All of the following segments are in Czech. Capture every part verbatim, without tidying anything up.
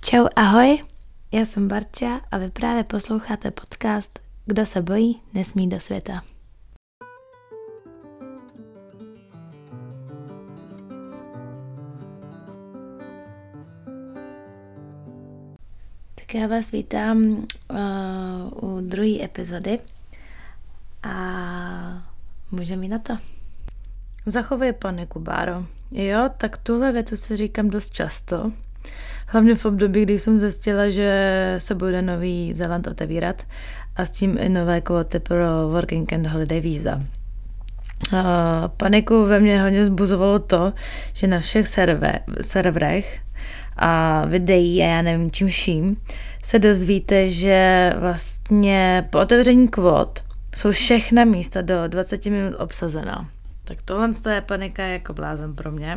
Čau, ahoj, já jsem Barča a vy právě posloucháte podcast Kdo se bojí, nesmí do světa. Tak já vás vítám uh, u druhé epizody a můžeme jít na to. Zachovej paniku, Báro. Jo, tak tuhle větu si říkám dost často. Hlavně v období, kdy jsem zjistila, že se bude Nový Zéland otevírat a s tím i nové kvóty pro Working and Holiday víza. Uh, paniku ve mně hodně zbuzovalo to, že na všech serve, serverech a videí a já nevím čím vším se dozvíte, že vlastně po otevření kvót jsou všechna místa do dvacet minut obsazená. Tak tohle je panika jako blázen pro mě.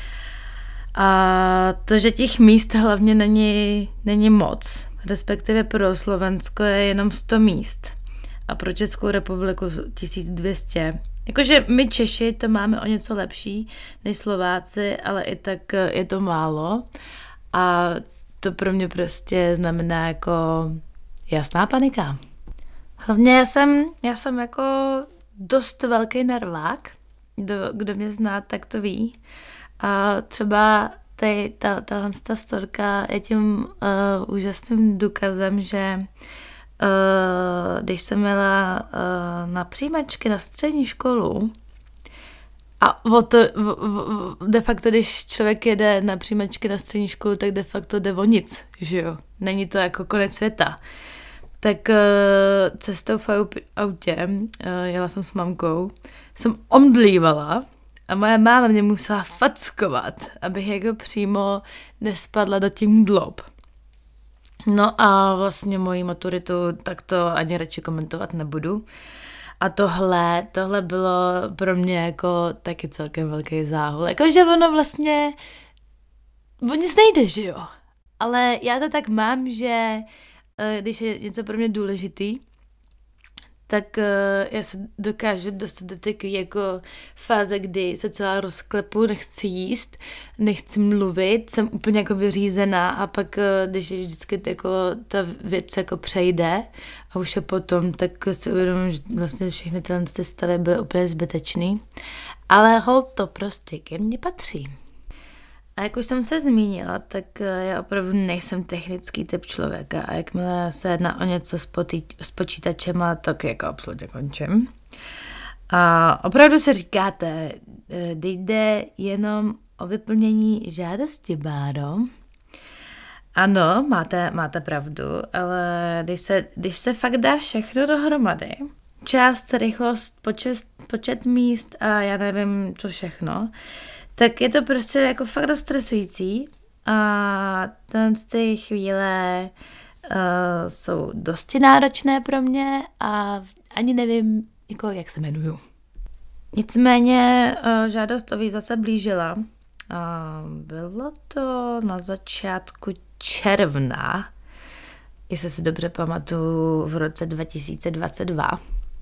A to, že těch míst hlavně není, není moc, respektive pro Slovensko je jenom sto míst a pro Českou republiku tisíc dvě stě. Jakože my Češi to máme o něco lepší než Slováci, ale i tak je to málo a to pro mě prostě znamená jako jasná panika. Hlavně já jsem, já jsem jako dost velký nervák, kdo, kdo mě zná, tak to ví. A třeba tady, ta, tahle ta storka je tím uh, úžasným důkazem, že uh, když jsem jela uh, na přijímačky na střední školu a o to, o, o, de facto, když člověk jede na přijímačky na střední školu, tak de facto jde o nic, že jo? Není to jako konec světa. Tak uh, cestou v autě, uh, jela jsem s mamkou, jsem omdlívala. A moje máma mě musela fackovat, abych jako přímo nespadla do těch mdlob. No a vlastně moji maturitu tak to ani radši komentovat nebudu. A tohle, tohle bylo pro mě jako taky celkem velký záhul. Jakože ono vlastně, o nic nejde, že jo? Ale já to tak mám, že když je něco pro mě důležitý, tak uh, já se dokážu dostat do takové jako fáze, kdy se celá rozklepu, nechci jíst, nechci mluvit, jsem úplně jako vyřízená a pak, uh, když je vždycky jako ta věc jako přejde a už je potom, tak si uvědomím, že vlastně všechny tyhle stavy byly úplně zbytečný, ale hol to prostě ke mně patří. A jak už jsem se zmínila, tak já opravdu nejsem technický typ člověka a jakmile se jedná o něco s, potý, s počítačema, tak jako absolutně končím. A opravdu se říkáte, jde jenom o vyplnění žádosti, Báro. Ano, máte, máte pravdu, ale když se, když se fakt dá všechno dohromady, čas, rychlost, počet, počet míst a já nevím, co všechno, tak je to prostě jako fakt dost stresující a ten z té chvíle uh, jsou dosti náročné pro mě a ani nevím, jako, jak se jmenuju. Nicméně uh, žádost o víza se blížila. Uh, bylo to na začátku června, jestli si dobře pamatuju, v roce dva tisíce dvacet dva.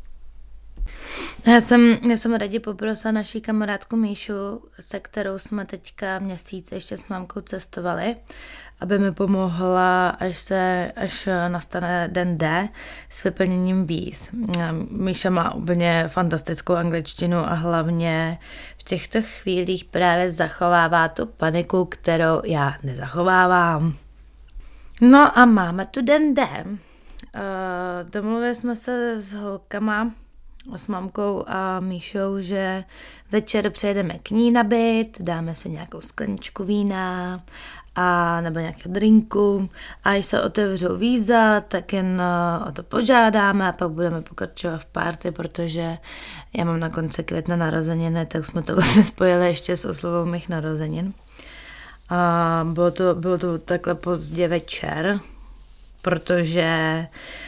Já jsem, já jsem raději poprosila naší kamarádku Míšu, se kterou jsme teďka měsíc ještě s mámkou cestovali, aby mi pomohla, až se, až nastane den D s vyplněním víz. Míša má úplně fantastickou angličtinu a hlavně v těchto chvílích právě zachovává tu paniku, kterou já nezachovávám. No a máme tu den D. Uh, domluvili jsme se s holkama, s mamkou a Míšou, že večer přejedeme k ní na byt, dáme si nějakou skleničku vína a nebo nějakého drinku a když se otevřou víza, tak jen o to požádáme a pak budeme pokračovat v party, protože já mám na konci května narozeniny, tak jsme to vlastně spojili ještě s oslavou mých narozenin. A bylo to, bylo to takhle pozdě večer, protože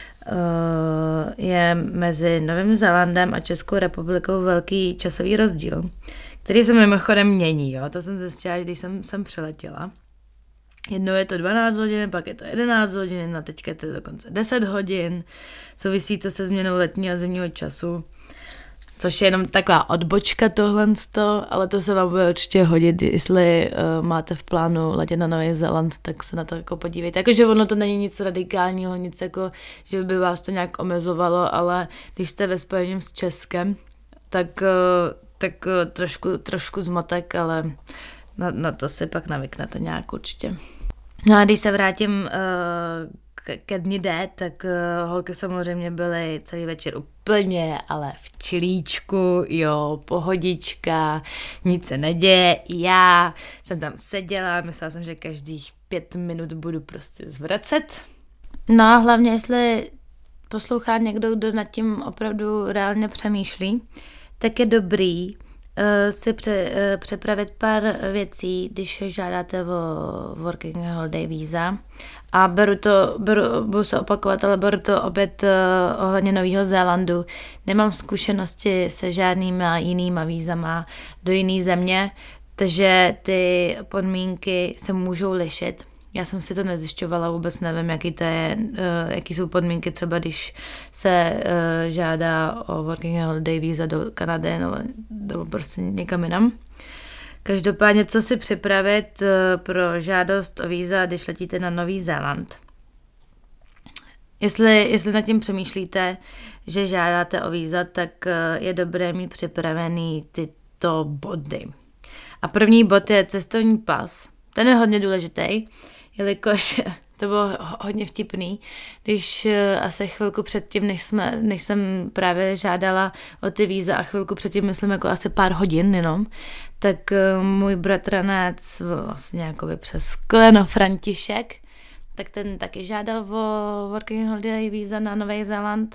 je mezi Novým Zélandem a Českou republikou velký časový rozdíl, který se mimochodem mění, jo? To jsem zjistila, když jsem sem přiletěla. Jednou je to dvanáct hodin, pak je to jedenáct hodin a teďka je to dokonce deset hodin. Souvisí to se změnou letního a zimního času. což je jenom taková odbočka tohle, ale to se vám bude určitě hodit, jestli uh, máte v plánu letět na Nový Zéland, tak se na to jako podívejte. Jakože ono to není nic radikálního, nic jako, že by vás to nějak omezovalo, ale když jste ve spojení s Českem, tak, uh, tak uh, trošku, trošku zmotek, ale na, na to si pak navyknete nějak určitě. No a když se vrátím uh, ke dni D, tak uh, holky samozřejmě byly celý večer úplně, ale v čilíčku, jo, pohodička, nic se neděje, já jsem tam seděla, myslela jsem, že každých pět minut budu prostě zvracet. No a hlavně, jestli poslouchá někdo, kdo nad tím opravdu reálně přemýšlí, tak je dobrý si pře, přepravit pár věcí, když žádáte o Working Holiday víza. A beru to, beru, budu se opakovat, ale beru to opět uh, ohledně Nového Zélandu. Nemám zkušenosti se žádnýma jinýma vízama do jiné země, takže ty podmínky se můžou lišit. Já jsem si to nezjišťovala, vůbec nevím, jaký to je, uh, jaký jsou podmínky, třeba když se uh, žádá o Working Holiday víza do Kanady nebo, nebo prostě někam jinam. Každopádně, co si připravit uh, pro žádost o víza, když letíte na Nový Zéland. Jestli, jestli nad tím přemýšlíte, že žádáte o víza, tak uh, je dobré mít připravený tyto body. A první bod je cestovní pas. Ten je hodně důležitý, jelikož to bylo hodně vtipný, když asi chvilku předtím, než, jsme, než jsem právě žádala o ty víza a chvilku předtím, myslím jako asi pár hodin jenom, tak můj bratranec vlastně jakoby přes koleno František, tak ten taky žádal o Working Holiday víza na Nový Zéland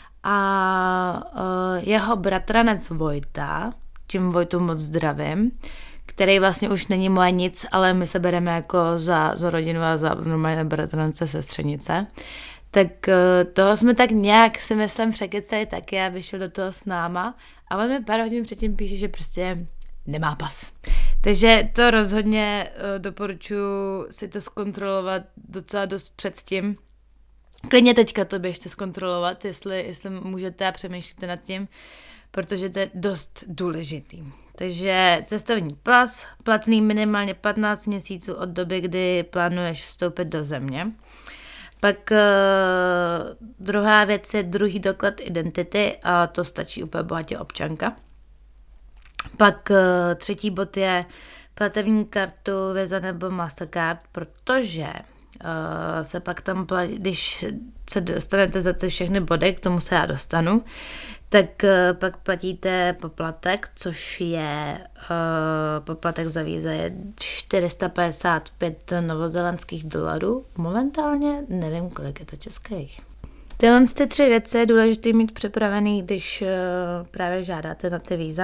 a jeho bratranec Vojta, čím Vojtu moc zdravím, který vlastně už není moje nic, ale my se bereme jako za, za rodinu a za normálně bratrance, sestřenice. Tak toho jsme tak nějak si myslím překecali taky, aby šel do toho s náma. A on mi pár hodin předtím píše, že prostě nemá pas. Takže to rozhodně doporučuji si to zkontrolovat docela dost předtím. Klidně teďka to běžte zkontrolovat, jestli, jestli můžete a přemýšlíte nad tím, protože to je dost důležitý. Takže cestovní pas, platný minimálně patnáct měsíců od doby, kdy plánuješ vstoupit do země. Pak uh, druhá věc je druhý doklad identity a to stačí úplně bohatě občanka. Pak uh, třetí bod je platební kartu Visa nebo Mastercard, protože uh, se pak tam platí, když se dostanete za ty všechny body, k tomu se já dostanu, tak uh, pak platíte poplatek, což je uh, poplatek za víza je čtyři sta padesát pět novozélandských dolarů. Momentálně nevím, kolik je to českých. Tyhle ty tři věci je důležité mít připravený, když uh, právě žádáte na ty víza.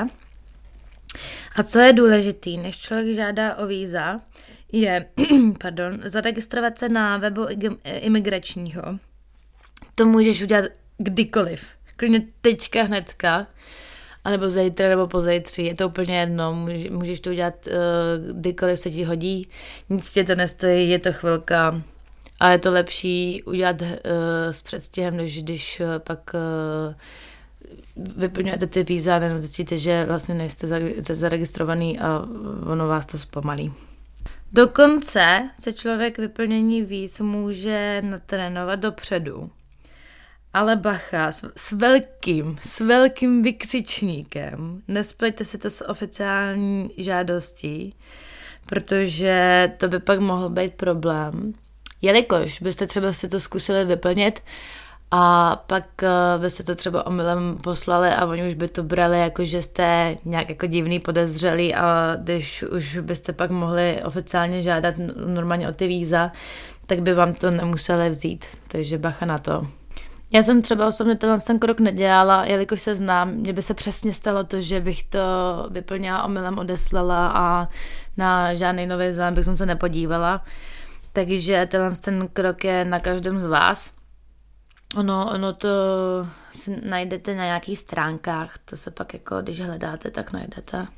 A co je důležitý, než člověk žádá o víza, je pardon, zaregistrovat se na webu imigračního. To můžeš udělat kdykoliv. Klidně teďka hnedka, anebo zítra nebo pozítří, je to úplně jedno, můžeš, můžeš to udělat uh, kdykoliv se ti hodí, nic tě to nestojí, je to chvilka a je to lepší udělat uh, s předstihem, než když uh, pak uh, vyplňujete ty víza a jenom zjistíte, že vlastně nejste zaregistrovaný a ono vás to zpomalí. Dokonce se člověk vyplnění víz může natrénovat dopředu. Ale bacha, s, s velkým, s velkým vykřičníkem. Nespojte si to s oficiální žádostí, protože to by pak mohl být problém. Jelikož byste třeba si to zkusili vyplnit a pak uh, byste to třeba omylem poslali a oni už by to brali jako, že jste nějak jako divný podezřelý a když už byste pak mohli oficiálně žádat normálně o ty víza, tak by vám to nemuseli vzít. Takže bacha na to. Já jsem třeba osobně tenhle ten krok nedělala, jelikož se znám, mně by se přesně stalo to, že bych to vyplnila, omylem odeslala a na žádný Nový Zéland bych se nepodívala. Takže tenhle ten krok je na každém z vás. Ono, ono to si najdete na nějakých stránkách, to se pak jako, když hledáte, tak najdete.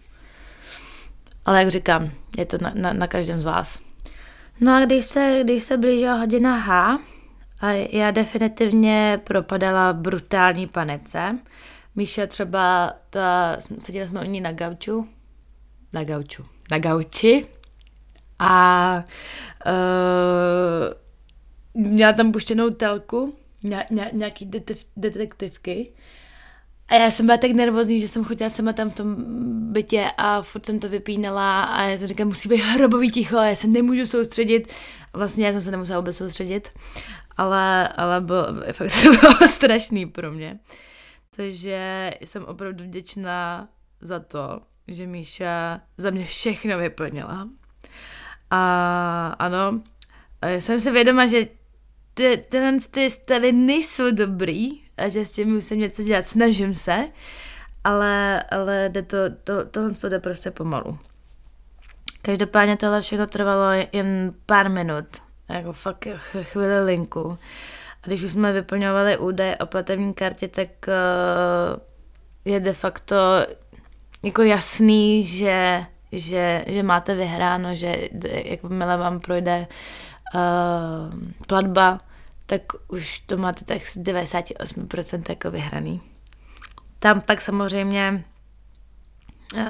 Ale jak říkám, je to na, na, na každém z vás. No a když se, když se blížila hodina H, a já definitivně propadala brutální panice. Míša třeba, ta, seděli jsme u ní na gauču, na gauču, na gauči a uh, měla tam puštěnou telku, ně, ně, nějaký detev, detektivky. A já jsem byla tak nervózní, že jsem chodila sama tam v tom bytě a furt jsem to vypínala a já jsem říkala, musí být hrobový ticho a já se nemůžu soustředit. A vlastně já jsem se nemusela vůbec soustředit, ale, ale bylo, fakt to bylo strašný pro mě. Takže jsem opravdu vděčná za to, že Míša za mě všechno vyplnila. A ano, jsem si vědoma, že ty, tyhle ty stavy nejsou dobrý a že s tím musím něco dělat, snažím se, ale, ale jde to, to, tohle to jde prostě pomalu. Každopádně tohle všechno trvalo jen pár minut, jako fakt chvíli linku. A když už jsme vyplňovali údaje o platební kartě, tak uh, je de facto jako jasný, že, že, že máte vyhráno, že jakmile vám projde uh, platba, tak už to máte tak devadesát osm procent jako vyhraný. Tam pak samozřejmě uh,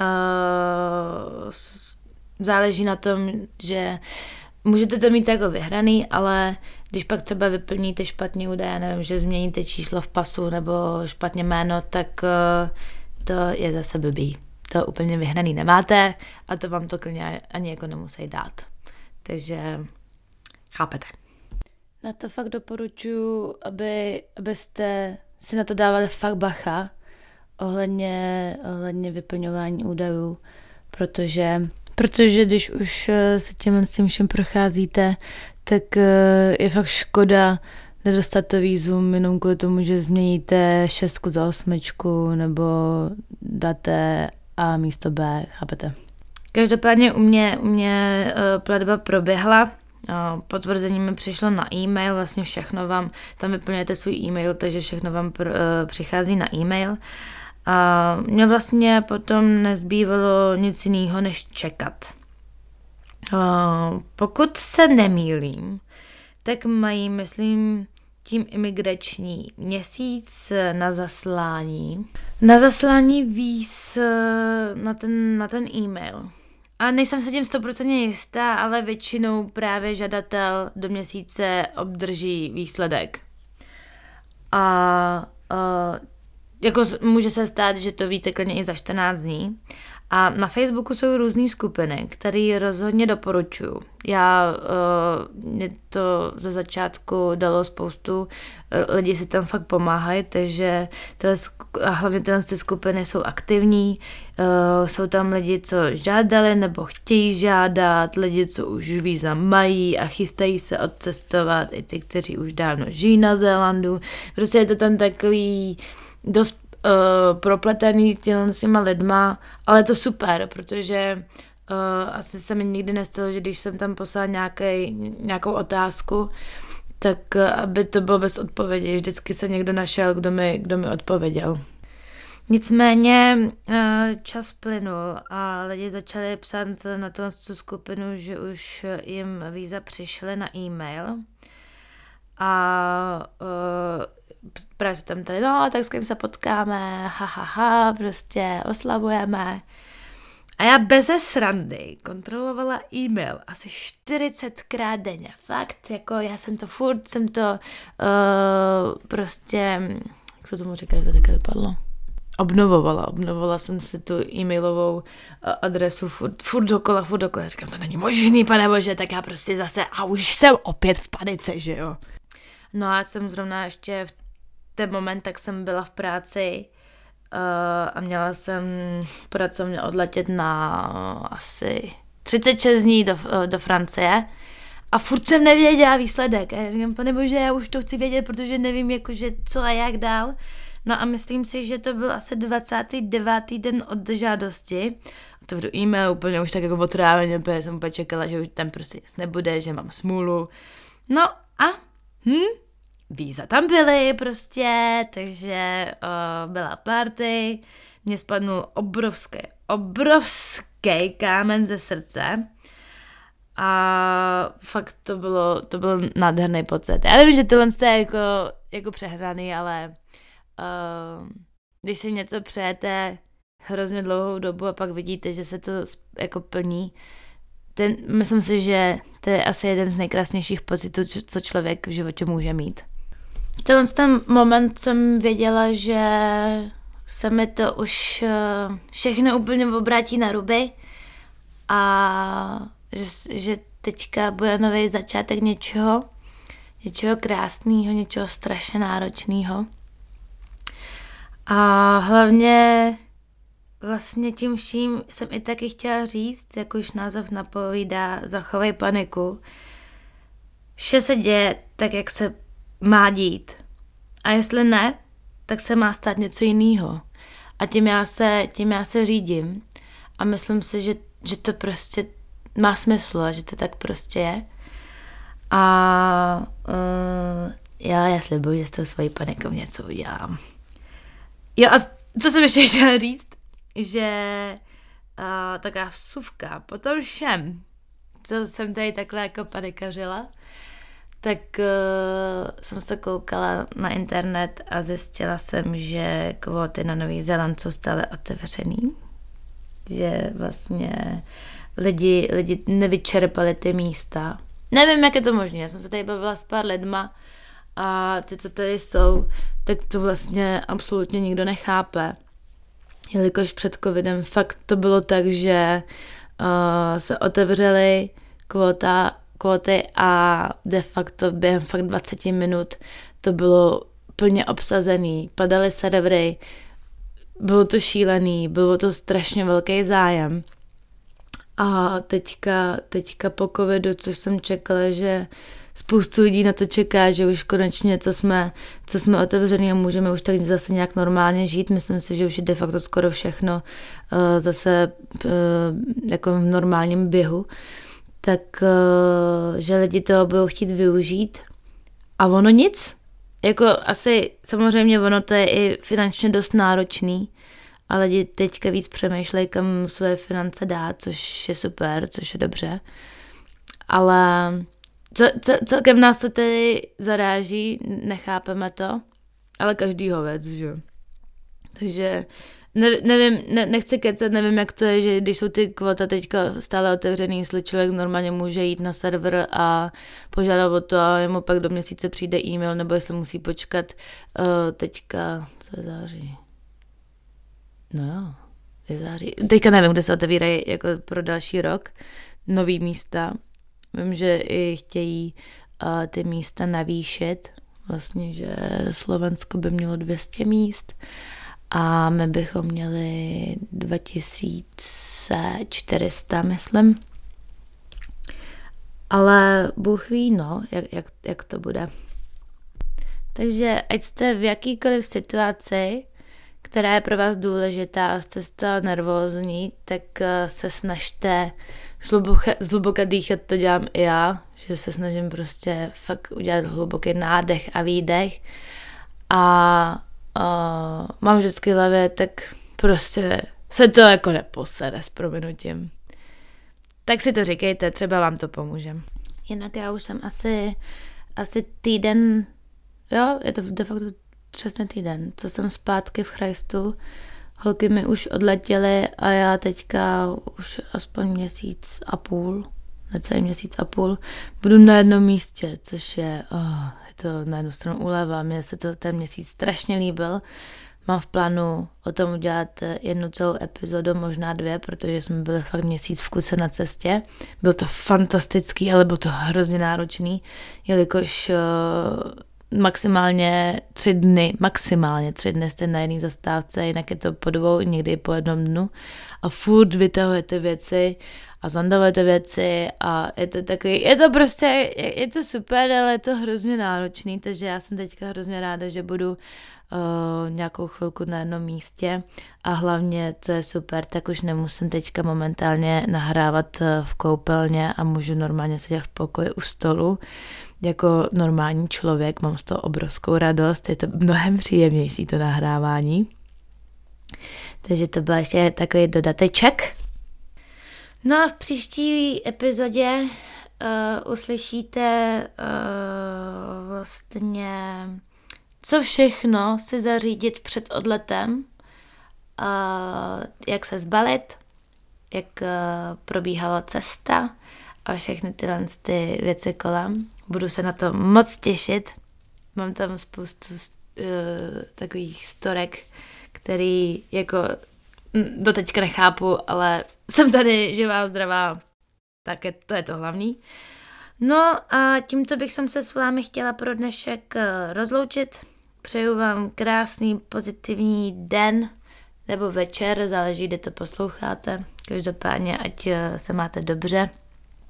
záleží na tom, že můžete to mít jako vyhraný, ale když pak třeba vyplníte špatně údaje, nevím, že změníte číslo v pasu nebo špatně jméno, tak uh, to je zase blbý. To úplně vyhraný nemáte a to vám to klidně ani jako nemusí dát. Takže chápete. Na to fakt doporučuji, aby, abyste si na to dávali fakt bacha ohledně, ohledně vyplňování údajů, protože, protože když už se tímhle s tím všem procházíte, tak je fakt škoda nedostat to vízum jenom kvůli tomu, že změníte šestku za osmičku nebo dáte A místo B, chápete? Každopádně u mě, u mě platba proběhla. Potvrzení mi přišlo na e-mail, vlastně všechno vám, tam vyplňujete svůj e-mail, takže všechno vám pr, uh, přichází na e-mail. A mě vlastně potom nezbývalo nic jiného, než čekat. Uh, pokud se nemýlím, tak mají, myslím, tím imigrační měsíc na zaslání. Na zaslání víz na ten, na ten e-mail. A nejsem se tím stoprocentně jistá, ale většinou právě žadatel do měsíce obdrží výsledek. A, a jako může se stát, že to víte klidně i za čtrnáct dní. A na Facebooku jsou různé skupiny, které rozhodně doporučuju. Já, uh, mě to ze začátku dalo spoustu, uh, lidi si tam fakt pomáhají, takže tyhle, a hlavně tyhle ty skupiny jsou aktivní, uh, jsou tam lidi, co žádali nebo chtějí žádat, lidi, co už víza mají a chystají se odcestovat, i ty, kteří už dávno žijí na Zélandu. Prostě je to tam takový dost Uh, propletený těm s těma lidma, ale je to super, protože uh, asi se mi nikdy nestalo, že když jsem tam poslala nějaký, nějakou otázku, tak uh, aby to bylo bez odpovědi. Vždycky se někdo našel, kdo mi, kdo mi odpověděl. Nicméně uh, čas plynul a lidi začali psát na tu skupinu, že už jim víza přišly na e-mail a uh, právě se tam tady, no, tak s kým se potkáme, ha, ha, ha, prostě oslavujeme. A já beze srandy kontrolovala e-mail asi čtyřicetkrát denně. Fakt, jako já jsem to furt, jsem to uh, prostě, jak se tomu říká, jak to také vypadlo? Obnovovala, obnovovala jsem si tu e-mailovou adresu furt, furt dokola, furt dokola. Říkám, to není možný, pane bože, tak já prostě zase, a už jsem opět v panice, že jo. No a jsem zrovna ještě v ten moment, tak jsem byla v práci uh, a měla jsem pracovně odletět na uh, asi třicet šest dní do, uh, do Francie a furt jsem nevěděla výsledek. A já říkám, pane bože, já už to chci vědět, protože nevím, jakože co a jak dál. No a myslím si, že to byl asi dvacátý devátý den od žádosti. Otevřu e-mail úplně už tak jako otráveně, protože jsem úplně čekala, že už tam prostě nic nebude, že mám smůlu. No a hm, víza tam byly prostě, takže uh, byla party, mě spadnul obrovský, obrovský kámen ze srdce a fakt to bylo, to byl nádherný pocit. Já vím, že tohle je jako, jako přehraný, ale uh, když si něco přejete hrozně dlouhou dobu a pak vidíte, že se to jako plní. Ten, myslím si, že to je asi jeden z nejkrásnějších pocitů, co člověk v životě může mít. V tenhle ten moment jsem věděla, že se mi to už všechno úplně obrátí na ruby a že, že teďka bude nový začátek něčeho, něčeho krásného, něčeho strašně náročného. A hlavně vlastně tím vším jsem i taky chtěla říct, jak už název napovídá, zachovej paniku. Vše se děje tak, jak se má dít. A jestli ne, tak se má stát něco jiného. A tím já se, tím já se řídím. A myslím si, že, že to prostě má smysl a že to tak prostě je. A uh, já, já slibuju, že s tou svojí panikou něco udělám. Jo a co jsem ještě chtěla říct, že uh, taková vsuvka po tom všem, co jsem tady takhle jako panikařila, tak uh, jsem se koukala na internet a zjistila jsem, že kvóty na Nový Zéland jsou stále otevřený. Že vlastně lidi, lidi nevyčerpali ty místa. Nevím, jak je to možné. Já jsem se tady bavila s pár lidma a ty, co tady jsou, tak to vlastně absolutně nikdo nechápe. Jelikož před covidem fakt to bylo tak, že uh, se otevřely kvóta, kvóty a de facto během fakt dvacet minut to bylo plně obsazený. Padaly servery, bylo to šílený, bylo to strašně velký zájem. A teďka, teďka po covidu, což jsem čekala, že spoustu lidí na to čeká, že už konečně, co jsme, co jsme otevřený a můžeme už tak zase nějak normálně žít. Myslím si, že už je de facto skoro všechno uh, zase uh, jako v normálním běhu. Tak, uh, že lidi toho budou chtít využít. A ono nic. Jako asi samozřejmě ono to je i finančně dost náročný, ale lidi teďka víc přemýšlejí, kam své finance dát, což je super, což je dobře. Ale co, co, celkem nás to tedy zaráží, nechápeme to, ale každýho věc, že? Takže ne, nevím, ne, nechci kecat, nevím, jak to je, že když jsou ty kvota teďka stále otevřený, jestli člověk normálně může jít na server a požádat o to a jemu pak do měsíce přijde e-mail, nebo jestli musí počkat uh, teďka, co je září? No jo, je září. Teďka nevím, kde se otevírají jako pro další rok nový místa. Vím, že i chtějí uh, ty místa navýšit. Vlastně, že Slovensko by mělo dvě stě míst a my bychom měli dva tisíce čtyři sta, myslím. Ale Bůh ví, no, jak, jak, jak to bude. Takže ať jste v jakýkoliv situaci, která je pro vás důležitá a jste z toho nervózní, tak se snažte zhluboka, zhluboka dýchat, to dělám i já, že se snažím prostě fakt udělat hluboký nádech a výdech a uh, mám vždycky v hlavě, tak prostě se to jako neposede s prominutím. Tak si to říkejte, třeba vám to pomůže. Jinak já už jsem asi, asi týden, jo, je to de facto přesně týden, co jsem zpátky v Christu. Holky mi už odletěly a já teďka už aspoň měsíc a půl, necelý měsíc a půl, budu na jednom místě, což je, oh, je to na jednu stranu úleva. Mně se to ten měsíc strašně líbil. Mám v plánu o tom udělat jednu celou epizodu, možná dvě, protože jsme byli fakt měsíc v kuse na cestě. Bylo to fantastický, ale bylo to hrozně náročný, jelikož maximálně tři dny, maximálně tři dny jste na jedné zastávce, jinak je to po dvou, někdy po jednom dnu a furt vytahujete věci a zandavujete věci a je to takový, je to prostě, je, je to super, ale je to hrozně náročný, takže já jsem teďka hrozně ráda, že budu uh, nějakou chvilku na jednom místě a hlavně, co je super, tak už nemusím teďka momentálně nahrávat v koupelně a můžu normálně sedět v pokoji u stolu, jako normální člověk, mám z toho obrovskou radost, je to mnohem příjemnější to nahrávání. Takže to byl ještě takový dodateček. No a v příští epizodě uh, uslyšíte uh, vlastně, co všechno si zařídit před odletem, jak se zbalit, jak probíhala cesta a všechny tyhle ty věci kolem. Budu se na to moc těšit. Mám tam spoustu uh, takových storek, který jako doteďka nechápu, ale jsem tady živá, zdravá, tak je, to je to hlavní. No a tímto bych jsem se s vámi chtěla pro dnešek rozloučit. Přeju vám krásný, pozitivní den nebo večer, záleží, kde to posloucháte. Každopádně, ať se máte dobře.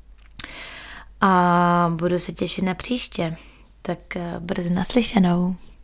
A budu se těšit na příště. Tak brzy naslyšenou.